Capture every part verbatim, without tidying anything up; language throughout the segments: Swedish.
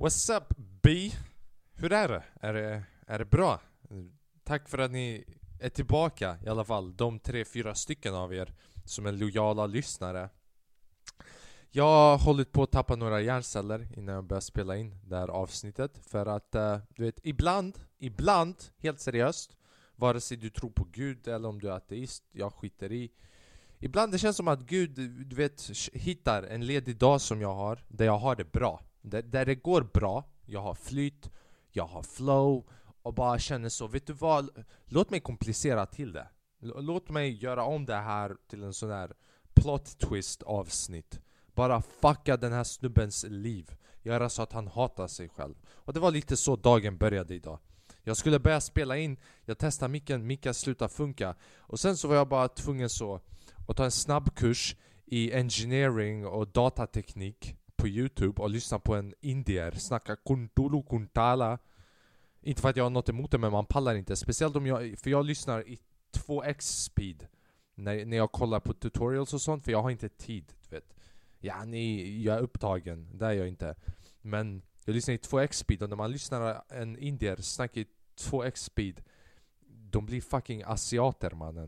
What's up, B? Hur är det? Är det, är det bra? Tack för att ni är tillbaka i alla fall. De tre, fyra stycken av er som är lojala lyssnare. Jag har hållit på att tappa några hjärnceller innan jag började spela in det här avsnittet. För att, uh, du vet, ibland, ibland, helt seriöst, vare sig du tror på Gud eller om du är ateist, jag skiter i. Ibland det känns som att Gud, du vet, hittar en ledig dag som jag har, där jag har det bra. Där, där det går bra, jag har flyt, jag har flow och bara känner så, vet du vad, låt mig komplicera till det. L- låt mig göra om det här till en sån här plot twist avsnitt. Bara fucka den här snubbens liv. Göra så att han hatar sig själv. Och det var lite så dagen började idag. Jag skulle börja spela in, jag testade micken, micken slutade funka. Och sen så var jag bara tvungen så att ta en snabbkurs i engineering och datateknik på YouTube och lyssna på en indier snacka kuntulu kuntala. Inte för att jag har något emot det, men man pallar inte. Speciellt om jag, för jag lyssnar i två x speed när, när jag kollar på tutorials och sånt, för jag har inte tid, du vet. Ja, ni, jag är upptagen, det är jag inte. Men jag lyssnar i två x speed, och när man lyssnar en indier snacka i två x speed, de blir fucking asiater, mannen.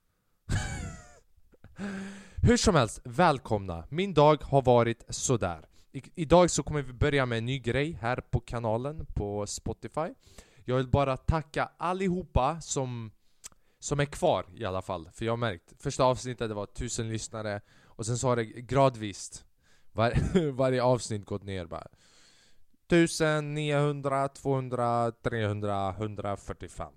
Hur som helst, välkomna. Min dag har varit sådär. I, idag så kommer vi börja med en ny grej här på kanalen på Spotify. Jag vill bara tacka allihopa som, som är kvar i alla fall. För jag har märkt, första avsnittet det var tusen lyssnare. Och sen så har det gradvis var, varje avsnitt gått ner bara. Tusen, niohundra, tvåhundra, trehundra, hundrafyrtiofem.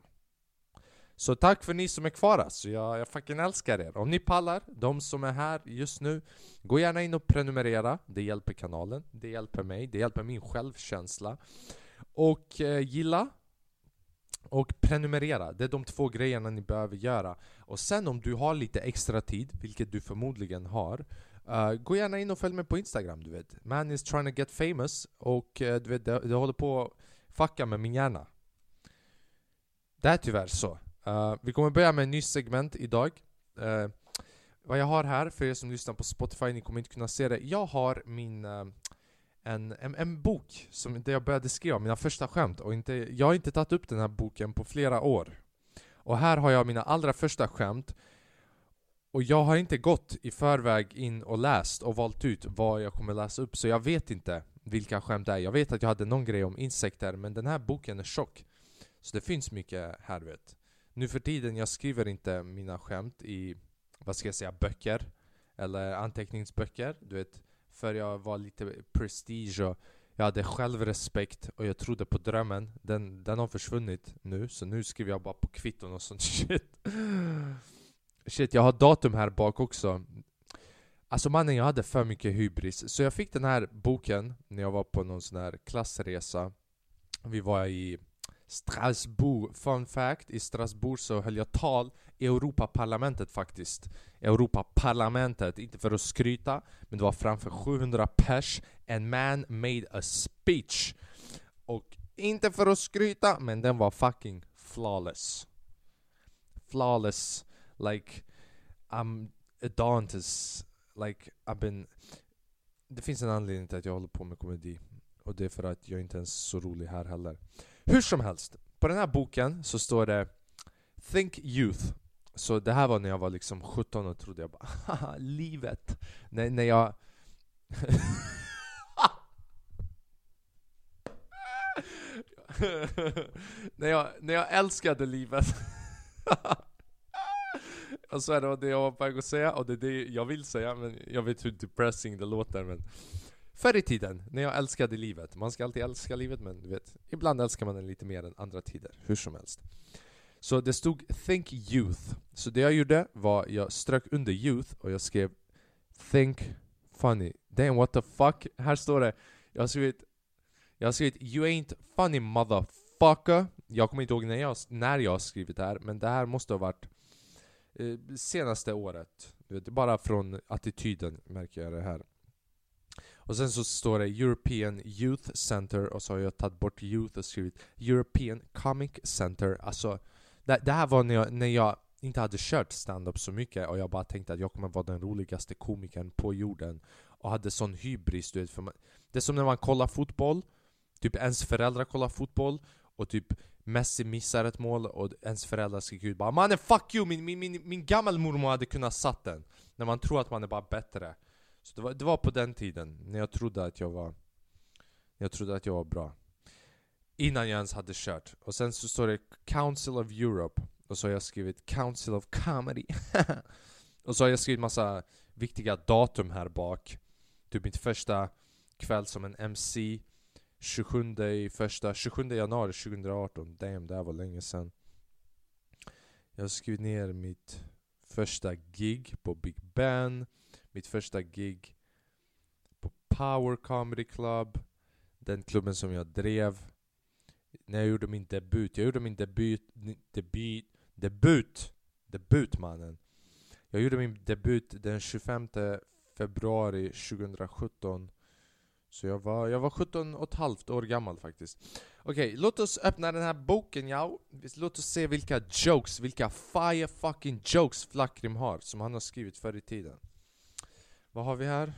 Så tack för ni som är kvar, alltså. jag, jag fucking älskar er. Om ni pallar, de som är här just nu, gå gärna in och prenumerera. Det hjälper kanalen, det hjälper mig, det hjälper min självkänsla. Och eh, gilla och prenumerera. Det är de två grejerna ni behöver göra. Och sen om du har lite extra tid, vilket du förmodligen har, uh, gå gärna in och följ mig på Instagram, du vet. Man is trying to get famous. Och uh, du vet, det, det håller på att fucka med min hjärna. Det är tyvärr så. Uh, vi kommer börja med en ny segment idag. Uh, vad jag har här, för er som lyssnar på Spotify, ni kommer inte kunna se det. Jag har min uh, en, en, en bok som, där jag började skriva mina första skämt. Och inte, jag har inte tagit upp den här boken på flera år. Och här har jag mina allra första skämt. Och jag har inte gått i förväg in och läst och valt ut vad jag kommer läsa upp. Så jag vet inte vilka skämt det är. Jag vet att jag hade någon grej om insekter, men den här boken är tjock. Så det finns mycket här, vet. Nu för tiden, jag skriver inte mina skämt i, vad ska jag säga, böcker. Eller anteckningsböcker, du vet. För jag var lite prestige och jag hade självrespekt och jag trodde på drömmen. Den, den har försvunnit nu, så nu skriver jag bara på kvitton och sånt shit. Shit, jag har datum här bak också. Alltså mannen, jag hade för mycket hybris. Så jag fick den här boken när jag var på någon sån här klassresa. Vi var i Strasbourg. Fun fact, i Strasbourg så höll jag tal i Europaparlamentet faktiskt. Europaparlamentet, inte för att skryta, men det var framför sjuhundra pers. En man made a speech. Och inte för att skryta, men den var fucking flawless. Flawless, like I'm a Dantes, like I've been. Det finns en anledning till att jag håller på med komedi, och det är för att jag inte är så rolig här heller. Hur som helst, på den här boken så står det Think Youth. Så det här var när jag var liksom sjutton och trodde jag bara haha, livet. När, när jag när jag när jag älskade livet. Och så är det det jag var på väg att säga, och det är det jag vill säga, men jag vet hur depressing det låter. Men förr i tiden, när jag älskade livet. Man ska alltid älska livet, men du vet, ibland älskar man det lite mer än andra tider. Hur som helst. Så det stod Think Youth. Så det jag gjorde var, jag strök under Youth och jag skrev Think Funny. Damn, what the fuck? Här står det, jag har skrivit, jag har skrivit You ain't funny motherfucker. Jag kommer inte ihåg när jag, när jag har skrivit det här, men det här måste ha varit eh, senaste året. Du vet, bara från attityden märker jag det här. Och sen så står det European Youth Center, och så har jag tagit bort Youth och skrivit European Comic Center. Alltså, det, det här var när jag, när jag inte hade kört stand-up så mycket, och jag bara tänkte att jag kommer vara den roligaste komikern på jorden. Och hade sån hybris, du vet. För man, det är som när man kollar fotboll, Typ ens föräldrar kollar fotboll och typ Messi missar ett mål och ens föräldrar skriker ut bara mannen fuck you, min, min, min, min gammal mormor hade kunnat satt den. När man tror att man är bara bättre. Så det var, det var på den tiden när jag trodde att jag var Jag trodde att jag var bra. Innan jag ens hade kört. Och sen så står det Council of Europe. Och så har jag skrivit Council of Comedy. Och så har jag skrivit massa viktiga datum här bak. Typ mitt första kväll som en M C tjugosjunde i första tjugosjunde januari tjugoarton. Damn, det här var länge sedan. Jag har skrivit ner mitt första gig på Big Ben. Mitt första gig på Power Comedy Club. Den klubben som jag drev när jag gjorde min debut. Jag gjorde min debut debut debut debut mannen. Jag gjorde min debut den tjugofemte februari tjugosjutton. Så jag var jag var sjutton och ett halvt år gammal faktiskt. Okej, okay, låt oss öppna den här boken, ja. Låt oss se vilka jokes, vilka fire fucking jokes Flackrim har som han har skrivit förr i tiden. Vad har vi här?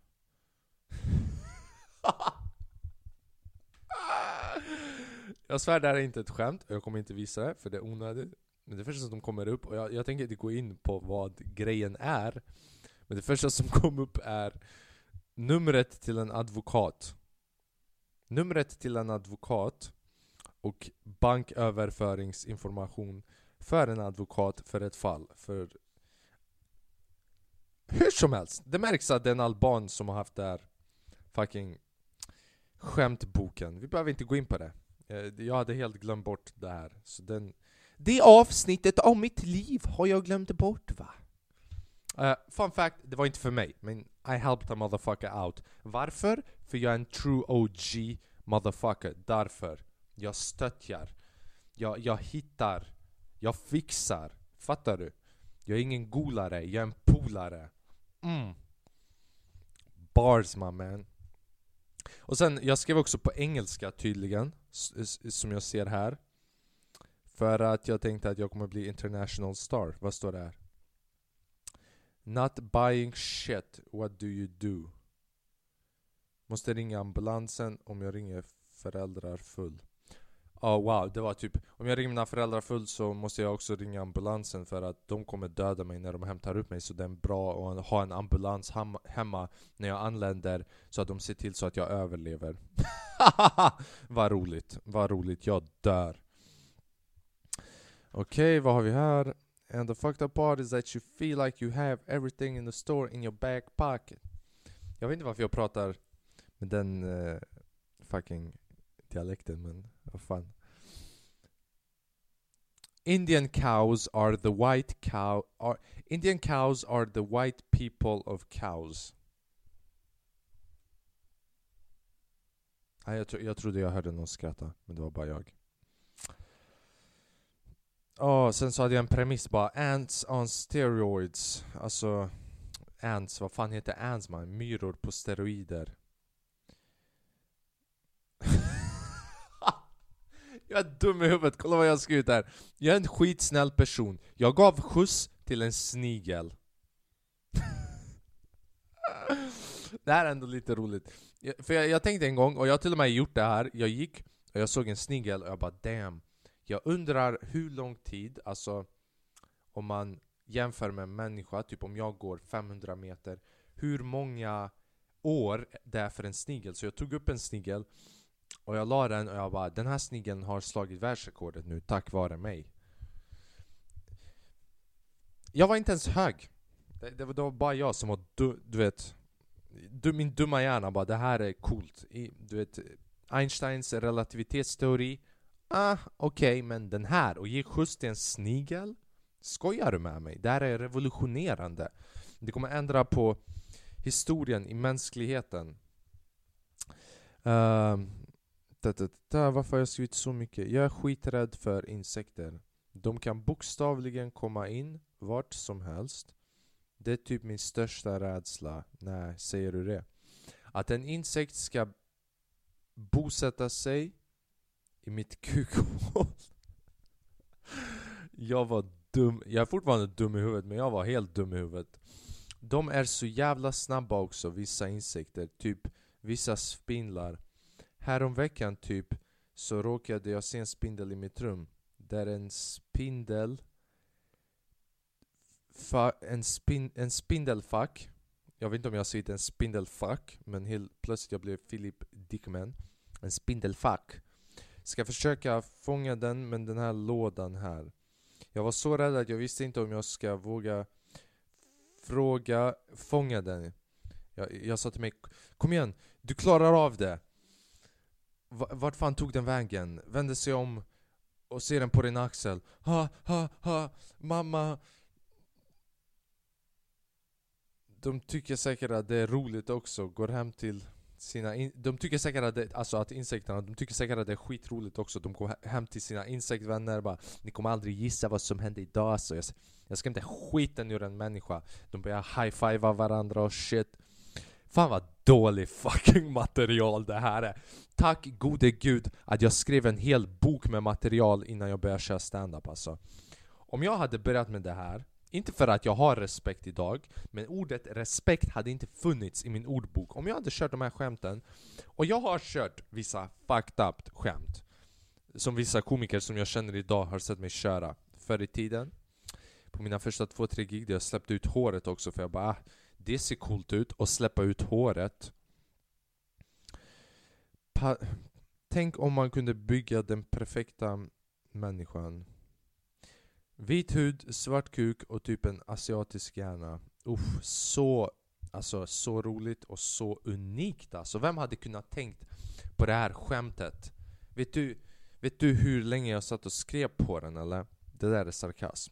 Jag svär, det här är inte ett skämt. Jag kommer inte visa det, för det är onödigt. Men det första som kommer upp, och jag, jag tänker inte gå in på vad grejen är. Men det första som kom upp är numret till en advokat. Numret till en advokat och banköverföringsinformation för en advokat för ett fall. För hur som helst, det märks att det är en alban som har haft det här fucking skämtboken. Vi behöver inte gå in på det. Jag hade helt glömt bort det här. Så den, det avsnittet av mitt liv har jag glömt bort, va? Uh, fun fact, det var inte för mig, men I helped a motherfucker out. Varför? För jag är en true O G motherfucker. Därför. Jag stötjar. Jag, jag hittar. Jag fixar. Fattar du? Jag är ingen golare, jag är en polare. Mm. Bars, my man. Och sen, jag skrev också på engelska tydligen, som jag ser här. För att jag tänkte att jag kommer bli international star. Vad står det här? Not buying shit, what do you do? Måste ringa ambulansen om jag ringer föräldrar full. Oh wow, det var typ, om jag ringer mina föräldrar full så måste jag också ringa ambulansen för att de kommer döda mig när de hämtar upp mig. Så det är bra att ha en ambulans hemma när jag anländer så att de ser till så att jag överlever. Vad roligt, vad roligt, jag dör. Okej, okay, vad har vi här? And the fucked up part is that you feel like you have everything in the store in your back pocket. Jag vet inte varför jag pratar med den uh, fucking dialekten, men vad fan. Indian cows are the white cow are Indian cows are the white people of cows. Nej, jag, tro, jag trodde jag hörde någon skratta, men det var bara jag. Oh, sen så hade jag en premiss bara, ants on steroids. Alltså ants, vad fan heter ants man? Myror på steroider. Jag är dum i huvudet, kolla vad jag har skrivit här. Jag är en skitsnäll person. Jag gav skjuts till en snigel. Det här är ändå lite roligt. För jag, jag tänkte en gång, och jag har till och med gjort det här. Jag gick och jag såg en snigel och jag bara damn. Jag undrar hur lång tid, alltså om man jämför med en människa, typ om jag går femhundra meter, hur många år det är för en snigel. Så jag tog upp en snigel och jag la den och jag bara, den här snigeln har slagit världsrekordet nu tack vare mig. Jag var inte ens hög. Det, det, var, det var bara jag som var du, du vet du, min dumma hjärna bara, det här är coolt. I, du vet Einsteins relativitetsteori. Ah, okej, okay, men den här och ge skjuts till en snigel? Skojar du med mig? Det här är revolutionerande. Det kommer ändra på historien i mänskligheten. Uh, da, da, da, varför har jag skrivit så mycket? Jag är skiträdd för insekter. De kan bokstavligen komma in vart som helst. Det är typ min största rädsla. Nej, säger du det? Att en insekt ska bosätta sig i mitt kukhål. Jag var dum. Jag är fortfarande dum i huvudet, men jag var helt dum i huvudet. De är så jävla snabba också, vissa insekter. Typ vissa spindlar. häromveckan typ så råkade jag se en spindel i mitt rum. Där en spindel fa, en, spin, en spindelfack. Jag vet inte om jag har sett en spindelfack, men helt plötsligt jag blev Philip Dickman. En spindelfack. Ska försöka fånga den, men den här lådan här. Jag var så rädd att jag visste inte om jag ska våga fråga fånga den. Jag, jag sa till mig, kom igen, du klarar av det. V- vart fan tog den vägen? Vände sig om och ser den på din axel. Ha, ha, ha, mamma. De tycker säkert att det är roligt också. Går hem till sina in- de tycker säkert att det, alltså att insekterna, de tycker säkert att det är skitroligt också. De går hem till sina insektvänner bara, ni kommer aldrig gissa vad som hände idag, så jag, jag ska inte skiten ur en människa. De börjar high-fiva varandra och shit. Fan vad dålig fucking material det här är. Tack gode gud att jag skrev en hel bok med material innan jag började köra stand-up alltså. Om jag hade börjat med det här, inte för att jag har respekt idag, men ordet respekt hade inte funnits i min ordbok. Om jag hade kört de här skämten, och jag har kört vissa fucked up skämt som vissa komiker som jag känner idag har sett mig köra förr i tiden. På mina första två, tre gig där jag släppte ut håret också, för jag bara, ah, det ser coolt ut och släppa ut håret. Pa- Tänk om man kunde bygga den perfekta människan. Vit hud, svart kuk och typ en asiatisk hjärna. Uff, så, alltså, så roligt och så unikt alltså. Vem hade kunnat tänkt på det här skämtet? Vet du, vet du hur länge jag satt och skrev på den eller? Det där är sarkasm.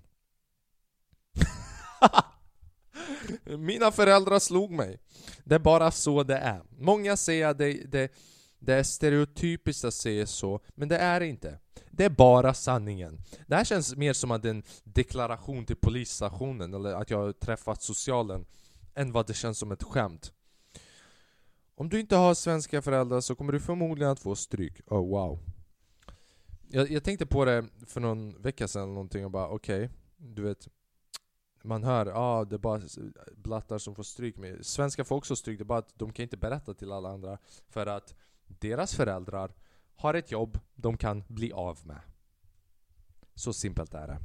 Mina föräldrar slog mig. Det är bara så det är. Många säger att det, det, det är stereotypiskt att säga så, men det är inte. Det är bara sanningen. Det här känns mer som att en deklaration till polisstationen eller att jag har träffat socialen än vad det känns som ett skämt. Om du inte har svenska föräldrar så kommer du förmodligen att få stryk. Oh wow. Jag, jag tänkte på det för någon vecka sedan eller någonting och bara okej, okay, du vet, man hör, ja ah, det är bara blattar som får stryk med. Svenska får också stryk, det är bara att de kan inte berätta till alla andra för att deras föräldrar har ett jobb de kan bli av med. Så simpelt är det.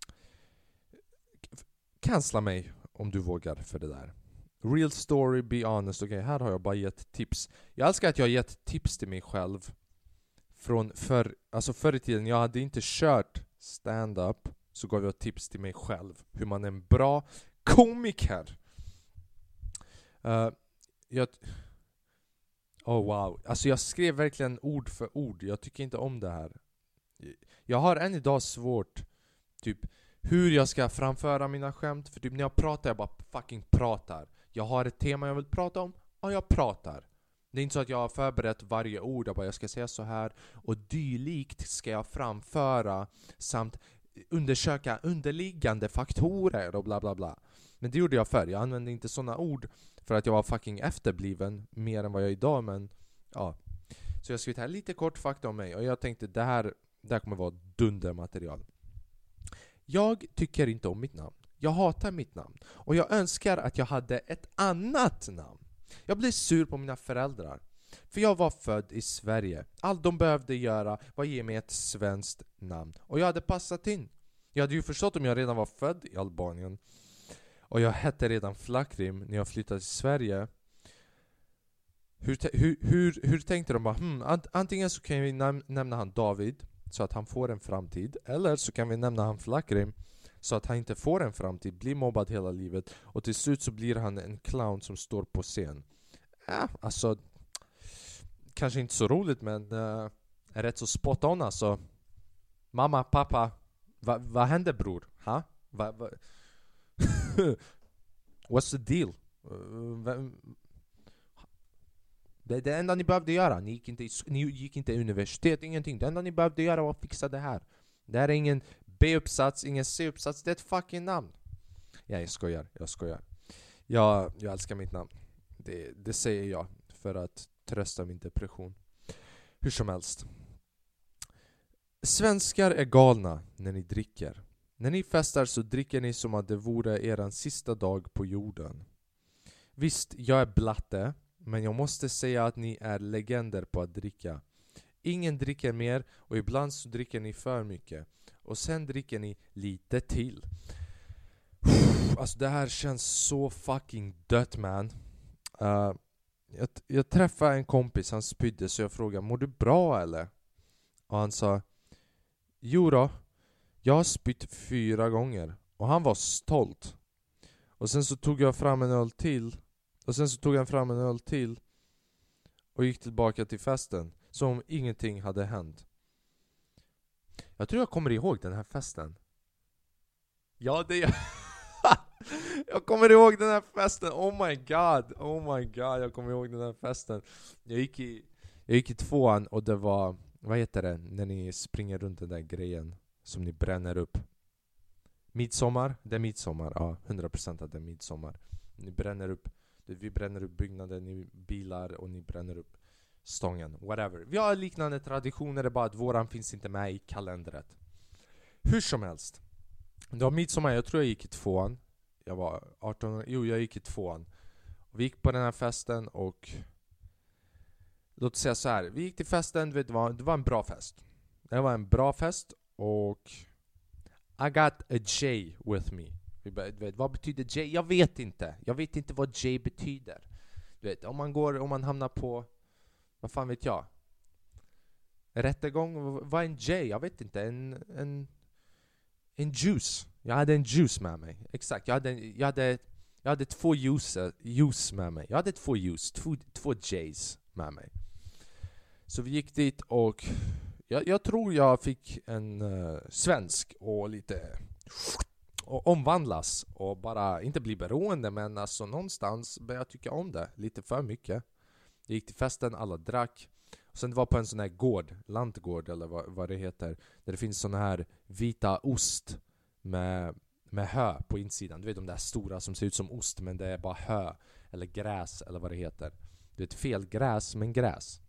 Cancella mig om du vågar för det där. Real story, be honest. Okej, okay, här har jag bara gett tips. Jag älskar att jag har gett tips till mig själv. Från för, alltså förr i tiden, jag hade inte kört stand-up, så gav jag tips till mig själv. Hur man är en bra komiker. Uh, jag... Oh wow. Alltså jag skrev verkligen ord för ord. Jag tycker inte om det här. Jag har än idag svårt typ hur jag ska framföra mina skämt. För typ när jag pratar, jag bara fucking pratar. Jag har ett tema jag vill prata om, och jag pratar. Det är inte så att jag har förberett varje ord. Jag bara, jag ska säga så här. Och dylikt ska jag framföra samt undersöka underliggande faktorer och bla bla bla. Men det gjorde jag förr. Jag använde inte såna ord för att jag var fucking efterbliven mer än vad jag är idag, men ja. Så jag skrivit här lite kort fakta om mig, och jag tänkte det här, det här kommer vara dundermaterial. Jag tycker inte om mitt namn. Jag hatar mitt namn. Och jag önskar att jag hade ett annat namn. Jag blir sur på mina föräldrar. För jag var född i Sverige. Allt de behövde göra var ge mig ett svenskt namn. Och jag hade passat in. Jag hade ju förstått om jag redan var född i Albanien. Och jag hette redan Flakrim när jag flyttade till Sverige. Hur, hur, hur, hur tänkte de bara, hmm, ant, antingen så kan vi näm- nämna han David så att han får en framtid. Eller så kan vi nämna han Flakrim så att han inte får en framtid, blir mobbad hela livet. Och till slut så blir han en clown som står på scen. Ja, alltså, kanske inte så roligt, men uh, är rätt så spot on alltså. Mamma, pappa, vad va händer bror? Ha? Va, va? What's the deal? Uh, va, det, det enda ni behövde göra, ni gick inte i, ni gick inte i universitet, ingenting. Det enda ni behövde göra var att fixa det här. Det här är ingen B-uppsats, ingen C-uppsats, det är ett fucking namn. Ja, jag skojar, jag skojar. Jag, jag älskar mitt namn. Det, det säger jag för att trösta min depression. Hur som helst. Svenskar är galna när ni dricker. När ni festar så dricker ni som att det vore eran sista dag på jorden. Visst, jag är blatte, men jag måste säga att ni är legender på att dricka. Ingen dricker mer och ibland så dricker ni för mycket. Och sen dricker ni lite till. Alltså det här känns så fucking dött, man. Uh, jag, jag träffade en kompis, han spydde, så jag frågade, mår du bra eller? Och han sa, jo då, jag har spytt fyra gånger. Och han var stolt. Och sen så tog jag fram en öl till. Och sen så tog han fram en öl till. Och gick tillbaka till festen. Som om ingenting hade hänt. Jag tror jag kommer ihåg den här festen. Ja, det är... Jag kommer ihåg den här festen. Oh my god. Oh my god, jag kommer ihåg den här festen. Jag gick i, jag gick i tvåan och det var... Vad heter det? När ni springer runt den där grejen som ni bränner upp. Midsommar? Det är midsommar. Ja, hundra procent att det är midsommar. Ni bränner upp... Vi bränner upp byggnader, ni bilar och ni bränner upp stången. Whatever. Vi har liknande traditioner, det är bara att våran finns inte med i kalendret. Hur som helst. Det var midsommar, jag tror jag gick i tvåan. Jag var arton, jo jag gick i tvåan. Vi gick på den här festen och... Låt oss säga så här. Vi gick till festen, vet du vad? Det var en bra fest. Det var en bra fest och... I got a J with me. Vet, vad betyder J? Jag vet inte. Jag vet inte vad J betyder. Du vet, om man går, om man hamnar på... Vad fan vet jag? Rättegång, vad är en J? Jag vet inte. En, en, en juice. Jag hade en juice med mig. Exakt. Jag hade, jag hade, jag hade två juice, juice med mig. Jag hade två juice. Två, två J's med mig. Så vi gick dit och... Jag, jag tror jag fick en uh, svensk och lite... Och omvandlas och bara inte bli beroende, men alltså någonstans började jag tycka om det lite för mycket. Jag gick till festen, alla drack. Och sen det var på en sån här gård, lantgård eller vad, vad det heter, där det finns såna här vita ost med, med hö på insidan. Du vet de där stora som ser ut som ost, men det är bara hö eller gräs eller vad det heter. Det är ett fel gräs, men gräs.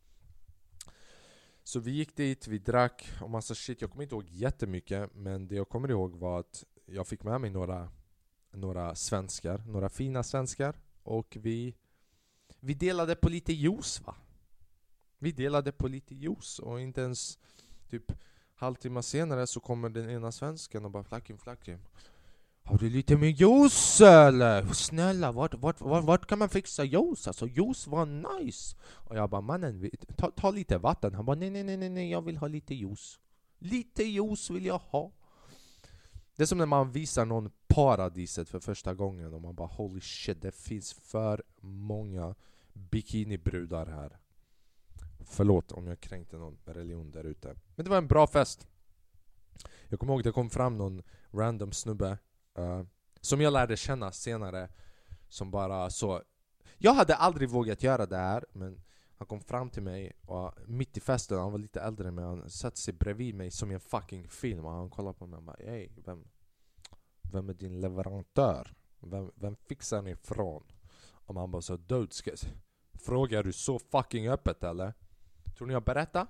Så vi gick dit, vi drack och massa shit. Jag kommer inte ihåg jättemycket, men det jag kommer ihåg var att jag fick med mig några, några svenskar, några fina svenskar. Och vi, vi delade på lite juice, va? Vi delade på lite juice. Och inte ens typ halvtimme senare så kommer den ena svensken och bara flackin, flackin. Har du lite mer juice eller? Snälla, vart, vart, vart, vart kan man fixa juice? Alltså juice var nice. Och jag bara, mannen, ta, ta lite vatten. Han bara, nej, nej, nej, nej, jag vill ha lite juice. Lite juice vill jag ha. Det är som när man visar någon paradiset för första gången och man bara, holy shit, det finns för många bikinibrudar här. Förlåt om jag kränkte någon religion där ute. Men det var en bra fest. Jag kommer ihåg att det kom fram någon random snubbe uh, som jag lärde känna senare, som bara så... Jag hade aldrig vågat göra det här, men han kom fram till mig och mitt i festen, han var lite äldre, men han satte sig bredvid mig som i en fucking film och han kollade på mig och bara, hej, vem, vem är din leverantör? Vem, vem fixar ni ifrån? Och man bara så, dude, ska, frågar du så fucking öppet eller? Tror ni jag berättar?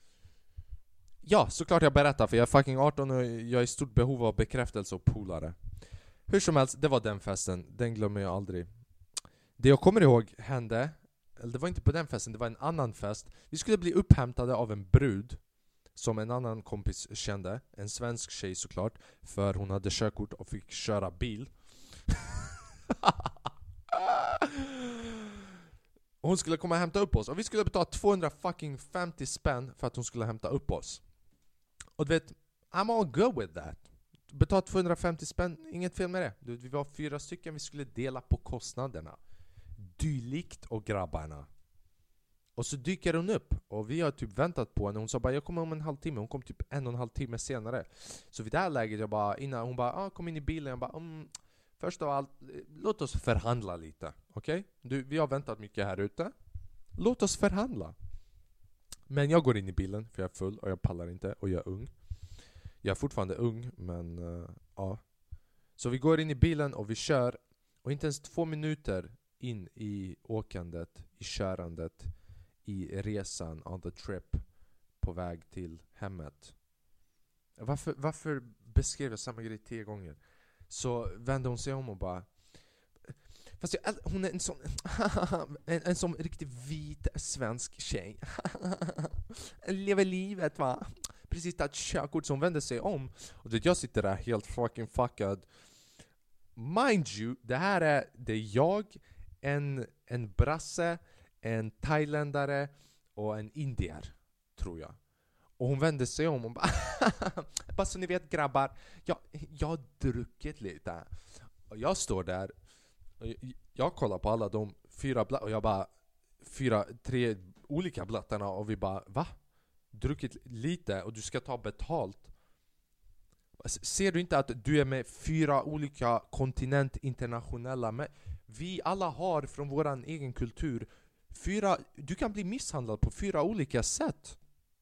Ja, såklart jag berättar, för jag är fucking arton och jag är i stort behov av bekräftelse och polare. Hur som helst, det var den festen, den glömmer jag aldrig. Det jag kommer ihåg hände, eller det var inte på den festen, det var en annan fest. Vi skulle bli upphämtade av en brud som en annan kompis kände. En svensk tjej såklart, för hon hade körkort och fick köra bil. Hon skulle komma och hämta upp oss och vi skulle betala tvåhundrafemtio spänn för att hon skulle hämta upp oss. Och du vet, I'm all good with that. Betala tvåhundrafemtio spänn, inget fel med det. Du vet, vi var fyra stycken, vi skulle dela på kostnaderna. Dylikt och grabbarna. Och så dyker hon upp och vi har typ väntat på henne. Hon sa bara, jag kommer om en halvtimme. Hon kom typ en och en halv timme senare. Så vid det här läget, jag bara, innan hon bara, ah, kom in i bilen. Jag bara, mm, först av allt, låt oss förhandla lite. Okej? Okay? Vi har väntat mycket här ute. Låt oss förhandla. Men jag går in i bilen för jag är full och jag pallar inte och jag är ung. Jag är fortfarande ung, men uh, ja. Så vi går in i bilen och vi kör. Och inte ens två minuter in i åkandet, i körandet, i resan, on the trip, på väg till hemmet. Varför, varför beskrev jag samma grej tio gånger? Så vände hon sig om och bara, Fast jag, äl- hon är en sån en, en sån riktigt vit svensk tjej. Lever livet, va? Precis att körkort som vänder sig om. Och det, jag sitter där helt fucking fuckad. Mind you, det här är, det är jag, en, en brasse, en thailändare och en indier, tror jag. Och hon vände sig om och bara bara så ni vet grabbar, jag, jag har druckit lite. Och jag står där och jag, jag kollar på alla de fyra bla- och jag bara fyra, tre olika blattarna och vi bara, va? Druckit lite och du ska ta betalt. Ser du inte att du är med fyra olika kontinent internationella, men vi alla har från våran egen kultur fyra, du kan bli misshandlad på fyra olika sätt.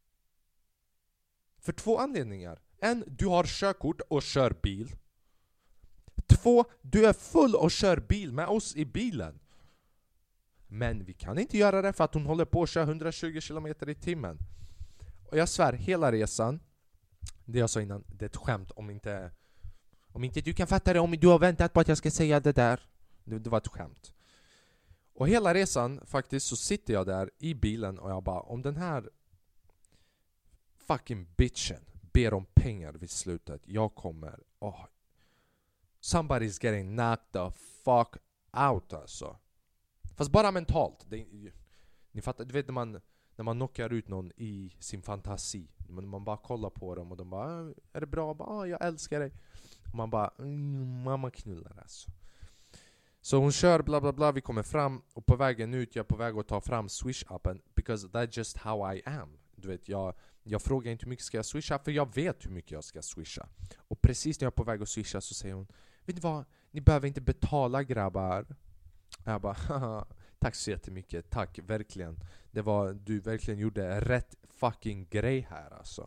För två anledningar. En, du har körkort och kör bil. Två, du är full och kör bil med oss i bilen. Men vi kan inte göra det för att hon håller på att köra hundratjugo kilometer i timmen. Och jag svär, hela resan, det jag sa innan, det är ett skämt om inte om inte du kan fatta det, om du har väntat på att jag ska säga det där. Det, det var ett skämt. Och hela resan faktiskt så sitter jag där i bilen och jag bara, om den här fucking bitchen ber om pengar vid slutet, jag kommer, oh, somebody's getting knocked the fuck out alltså. Fast bara mentalt. Det, ni fattar, du vet när man när man knockar ut någon i sin fantasi. Man, man bara kollar på dem och de bara, är det bra? Bara, ah, jag älskar dig. Och man bara, mm, mamma knullar alltså. Så hon kör bla bla bla, vi kommer fram och på vägen ut, jag är på väg att ta fram Swish-appen because that's just how I am. Du vet, jag, jag frågar inte hur mycket ska jag swisha, för jag vet hur mycket jag ska swisha. Och precis när jag är på väg att swisha så säger hon, vet ni vad, ni behöver inte betala grabbar. Jag bara, haha, tack så jättemycket, tack, verkligen. Det var, du verkligen gjorde rätt fucking grej här alltså.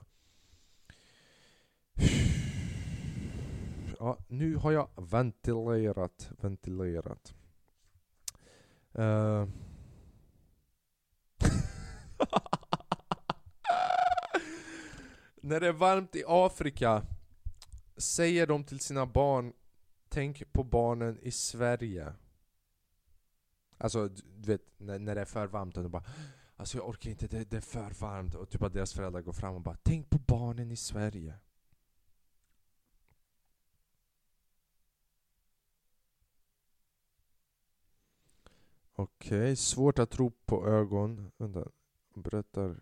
Ja, nu har jag ventilerat, ventilerat. Uh. När det är varmt i Afrika säger de till sina barn, tänk på barnen i Sverige. Alltså, du vet, när, när det är för varmt och de bara, alltså jag orkar inte, det, det är för varmt. Och typ att deras föräldrar går fram och bara, tänk på barnen i Sverige. Okej, okay. Svårt att tro på ögon. Vänta, berättar.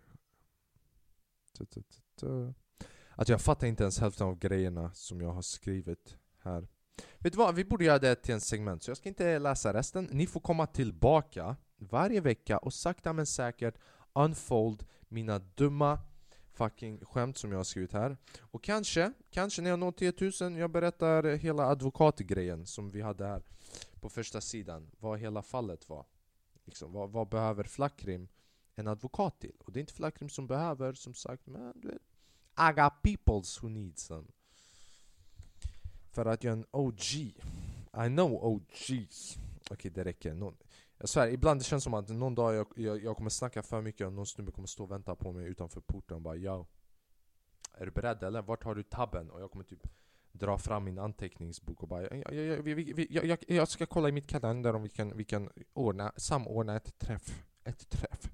Alltså jag fattar inte ens hälften av grejerna som jag har skrivit här. Vet du vad, vi borde göra det till en segment, så jag ska inte läsa resten. Ni får komma tillbaka varje vecka och sakta men säkert unfold mina dumma fucking skämt som jag har skrivit här. Och kanske, kanske när jag når tio tusen, jag berättar hela advokatgrejen som vi hade här på första sidan. Vad hela fallet var. Liksom, vad, vad behöver Flackrim en advokat till? Och det är inte Flackrim som behöver, som sagt, men du vet, I got peoples who need some. För att jag är en O G. I know O Gs. Okej, okay, det räcker. Någon, jag svär, ibland det känns som att någon dag jag, jag, jag kommer snacka för mycket och någon snubbe kommer stå och vänta på mig utanför porten och bara, yo, är du beredd eller? Vart har du tabben? Och jag kommer typ dra fram min anteckningsbok och bara, jag, jag, jag, vi, vi, jag, jag, jag ska kolla i mitt kalender om vi kan, vi kan ordna, samordna ett träff. Ett träff.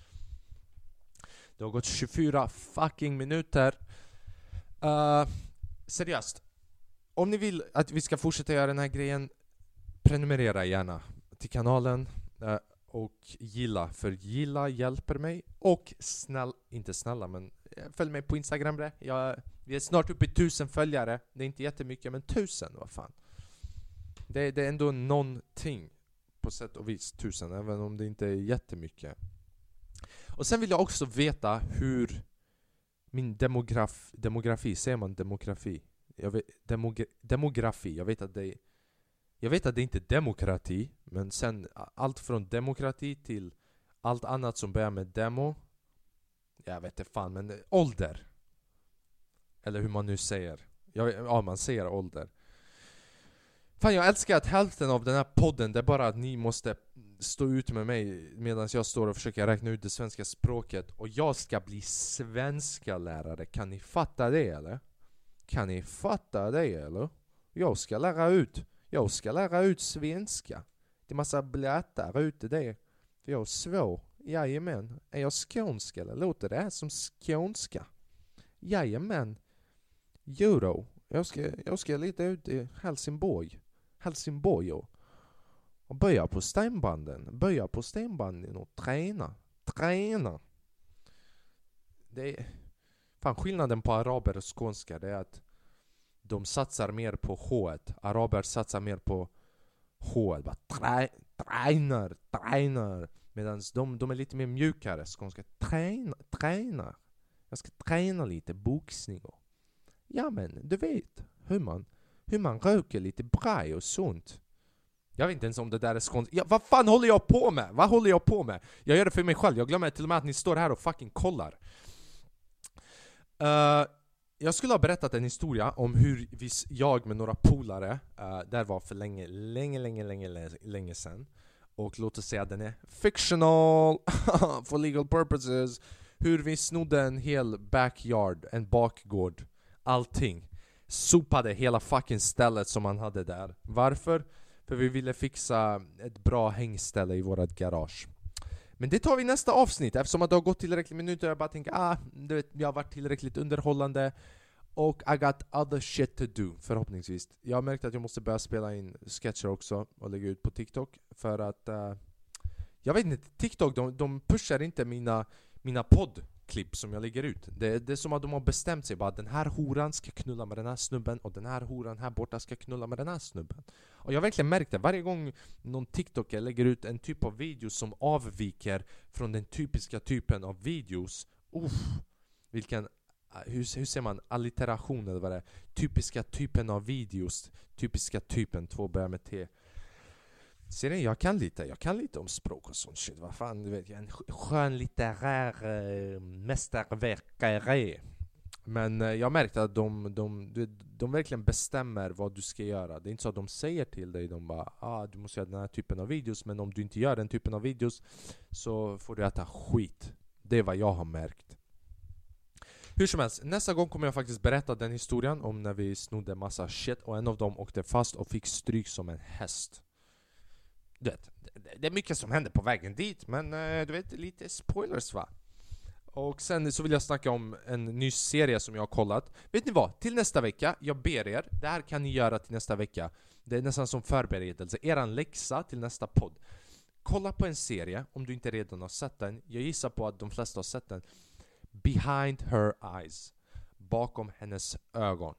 Det har gått tjugofyra fucking minuter. Uh, seriöst. Om ni vill att vi ska fortsätta göra den här grejen, prenumerera gärna till kanalen uh, och gilla, för gilla hjälper mig. Och snäll, inte snälla, men följ mig på Instagram. Det. Jag, vi är snart uppe i tusen följare. Det är inte jättemycket, men tusen, vad fan. Det, det är ändå någonting på sätt och vis, tusen, även om det inte är jättemycket. Och sen vill jag också veta hur min demograf, demografi, säger man demografi? Jag vet, demog, demografi, jag vet att det jag vet att det inte är demokrati, men sen allt från demokrati till allt annat som börjar med demo, jag vet inte fan, men ålder, eller hur man nu säger, jag, ja man säger ålder. Fan, jag älskar att hälften av den här podden, det är bara att ni måste stå ut med mig medan jag står och försöker räkna ut det svenska språket, och jag ska bli svenska lärare. Kan ni fatta det eller? Kan ni fatta det eller? Jag ska lära ut Jag ska lära ut svenska. Det är massa blätar ute det. För jag är svår. Jajamän. Är jag skånsk eller? Låter det här som skånska? Jajamän. Jo då. Jag ska, jag ska lite ut i Helsingborg. Helsingborg och, och börja på stämbanden. Börja på stämbanden och träna. Träna. Det är... Fan, skillnaden på araber och skånska det är att de satsar mer på H. Araber satsar mer på H. Bara trä, tränar, tränar. Medan de, de är lite mer mjukare. Skånska träna, träna. Jag ska träna lite boxning. Och. Ja men, du vet hur man, hur man röker lite braj och sånt. Jag vet inte ens om det där är skånska. Ja, vad fan håller jag på med? Vad håller jag på med? Jag gör det för mig själv. Jag glömmer till och med att ni står här och fucking kollar. Uh, jag skulle ha berättat en historia om hur vi, jag med några polare, uh, där var för länge, länge, länge, länge, länge sedan. Och låt oss säga att den är fictional for legal purposes. Hur vi snodde en hel backyard, en bakgård, allting. Sopade hela fucking stället som man hade där. Varför? För vi ville fixa ett bra hängställe i vårat garage. Men det tar vi i nästa avsnitt. Eftersom att det har gått tillräckligt minuter. Jag bara tänker, ah, du vet, jag har varit tillräckligt underhållande. Och I got other shit to do, förhoppningsvis. Jag har märkt att jag måste börja spela in sketcher också. Och lägga ut på TikTok. För att, uh, jag vet inte, TikTok, de, de pushar inte mina, mina poddklipp som jag lägger ut. Det, det är som att de har bestämt sig. Bara, den här horan ska knulla med den här snubben. Och den här horan här borta ska knulla med den här snubben. Och jag har verkligen märkt det. Varje gång någon TikToker lägger ut en typ av video som avviker från den typiska typen av videos. Uff, vilken, hur, hur ser man? Alliteration eller vad det är. Typiska typen av videos. Typiska typen, två börjar med T. Ser ni, jag kan lite. Jag kan lite om språk och sånt shit. Vad fan, du vet. Jag är en skön litterär äh, mästerverkare. Men eh, jag märkte att de, de, de, de verkligen bestämmer vad du ska göra. Det är inte så att de säger till dig, de bara, ah, du måste göra den här typen av videos. Men om du inte gör den typen av videos så får du äta skit. Det är vad jag har märkt. Hur som helst, nästa gång kommer jag faktiskt berätta den historien om när vi snodde massa shit. Och en av dem åkte fast och fick stryk som en häst. Du vet, det är mycket som händer på vägen dit. Men eh, du vet, lite spoilers va? Och sen så vill jag snacka om en ny serie som jag har kollat. Vet ni vad? Till nästa vecka, jag ber er, det här kan ni göra till nästa vecka. Det är nästan som förberedelse, eran läxa till nästa podd. Kolla på en serie, om du inte redan har sett den. Jag gissar på att de flesta har sett den. Behind her eyes. Bakom hennes ögon.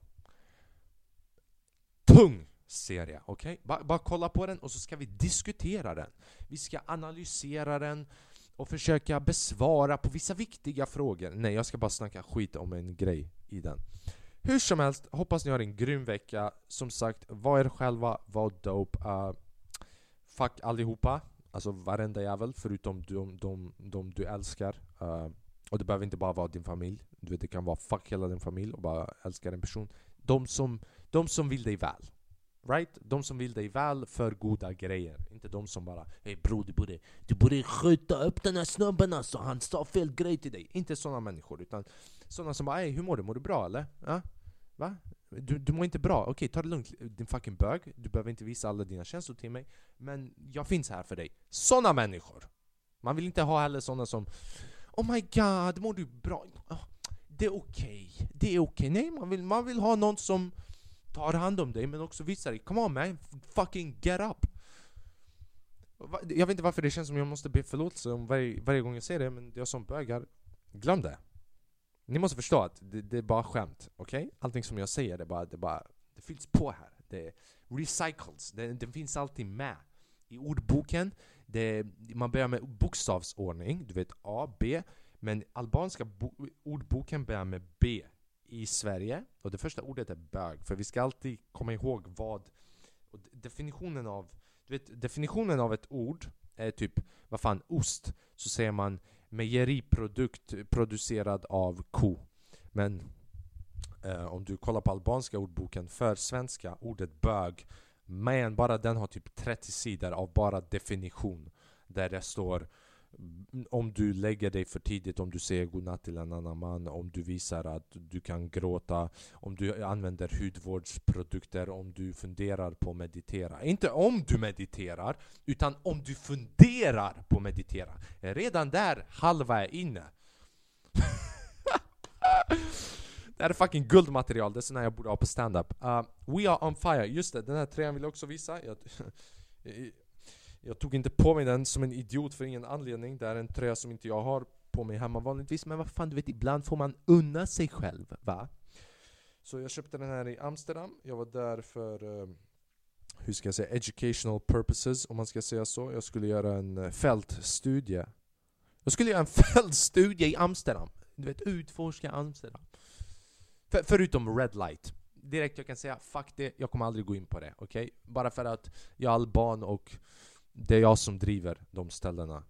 Tung serie, okej? Okay? Bara, bara kolla på den och så ska vi diskutera den. Vi ska analysera den. Och försöka besvara på vissa viktiga frågor. Nej, jag ska bara snacka skit om en grej i den. Hur som helst, hoppas ni har en grym vecka. Som sagt, var er själva, var dope. Uh, fuck allihopa. Alltså varenda jävel, förutom de, de, de du älskar. Uh, och det behöver inte bara vara din familj. Du vet, det kan vara fuck hela din familj och bara älska en person. De som, de som vill dig väl. Right? De som vill dig väl för goda grejer. Inte de som bara, hej bro, du borde, du borde skjuta upp den här snubben alltså. Han sa fel grej till dig. Inte sådana människor, utan sådana som bara, hej, hur mår du? Mår du bra eller? Ja? Va? Du, du mår inte bra? Okej, ta det lugnt, din fucking bög. Du behöver inte visa alla dina känslor till mig. Men jag finns här för dig. Sådana människor. Man vill inte ha heller sådana som, oh my god, mår du bra? Oh, det är okej. Okay. Det är okej. Okay. Nej, man vill, man vill ha någon som tar hand om dig, men också visar dig, come on man, fucking get up. Jag vet inte varför det känns som jag måste be förlåtelse om varje, varje gång jag säger det, men jag som bögar, glöm det. Ni måste förstå att det, det är bara skämt, okej? Okay? Allting som jag säger, det bara, det bara, det fylls på här. Det recycles, det, det finns alltid med i ordboken. Det, man börjar med bokstavsordning, du vet A, B, men albanska bo- ordboken börjar med B i Sverige, och det första ordet är bög, för vi ska alltid komma ihåg vad, och definitionen av, du vet, definitionen av ett ord är typ, vad fan, ost, så säger man mejeriprodukt producerad av ko. Men eh, om du kollar på albanska ordboken för svenska, ordet bög, men bara den har typ trettio sidor av bara definition, där det står Om du lägger dig för tidigt, om du säger godnatt till en annan man, om du visar att du kan gråta, om du använder hudvårdsprodukter, om du funderar på att meditera. Inte om du mediterar, utan om du funderar på att meditera. Redan där halva är inne. Det här är fucking guldmaterial. Det är sån här jag borde ha på stand-up. Uh, We are on fire. Just det, den här tröjan vill jag också visa. Jag, jag tog inte på mig den som en idiot för ingen anledning. Det är en tröja som inte jag har på mig hemma vanligtvis. Men vad fan, du vet, ibland får man unna sig själv, va? Så jag köpte den här i Amsterdam. Jag var där för, uh, hur ska jag säga, educational purposes, om man ska säga så. Jag skulle göra en uh, fältstudie. Jag skulle göra en fältstudie i Amsterdam. Du vet, utforska Amsterdam. För, förutom red light. Direkt jag kan säga, fuck det, jag kommer aldrig gå in på det, okej? Okay? Bara för att jag är alban och det är jag som driver de ställena.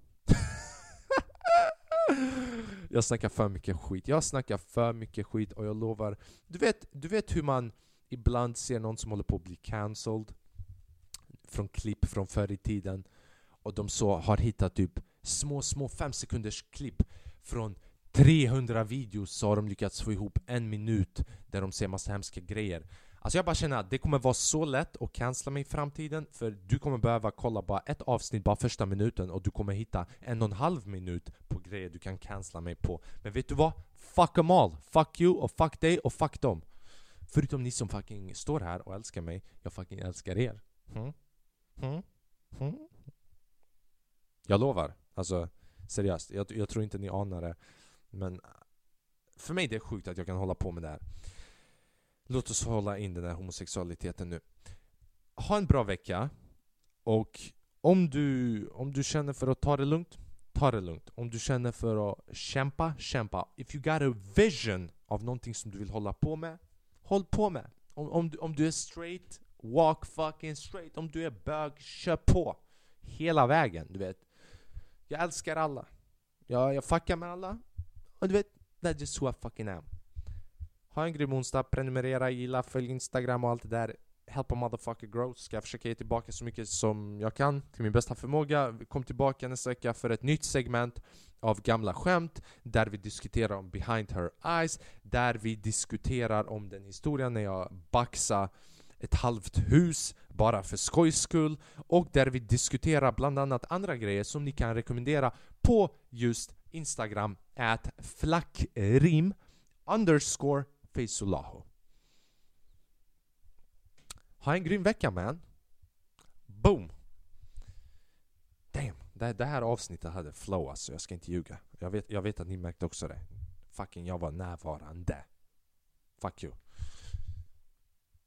Jag snackar för mycket skit. Jag snackar för mycket skit och jag lovar. Du vet, du vet hur man ibland ser någon som håller på att bli cancelled från klipp från förr i tiden. Och de så har hittat typ små, små fem sekunders klipp från trehundra videos, så har de lyckats få ihop en minut där de ser massa hemska grejer. Alltså jag bara känner att det kommer vara så lätt att cancella mig i framtiden. För du kommer behöva kolla bara ett avsnitt, bara första minuten, och du kommer hitta en och en halv minut på grejer du kan cancella mig på. Men vet du vad? Fuck them all. Fuck you och fuck dig och fuck dem. Förutom ni som fucking står här och älskar mig. Jag fucking älskar er. Hmm? Hmm? Hmm? Jag lovar. Alltså seriöst, jag, jag tror inte ni anar det. Men för mig det är sjukt att jag kan hålla på med det här. Låt oss hålla in den här homosexualiteten nu. Ha en bra vecka. Och om du, om du känner för att ta det lugnt, ta det lugnt. Om du känner för att kämpa, kämpa. If you got a vision av någonting som du vill hålla på med, håll på med. Om, om, du, om du är straight, walk fucking straight. Om du är bög, kör på. Hela vägen, du vet. Jag älskar alla. Jag, jag fuckar med alla. Och du vet, that's just who I fucking am. Ha en grym onsdag, prenumerera, gilla, följ Instagram och allt det där. Help a motherfucker grow. Ska jag försöka ge tillbaka så mycket som jag kan till min bästa förmåga. Kom tillbaka nästa vecka för ett nytt segment av gamla skämt, där vi diskuterar om Behind Her Eyes, där vi diskuterar om den historien när jag baxade ett halvt hus bara för skojs skull, och där vi diskuterar bland annat andra grejer som ni kan rekommendera på just Instagram at flackrim underscore Feyzullahu. Ha en grym vecka, man. Boom. Damn, det, det här avsnittet hade flow, alltså. Jag ska inte ljuga. Jag vet, jag vet att ni märkte också det. Fucking jag var närvarande. Fuck you.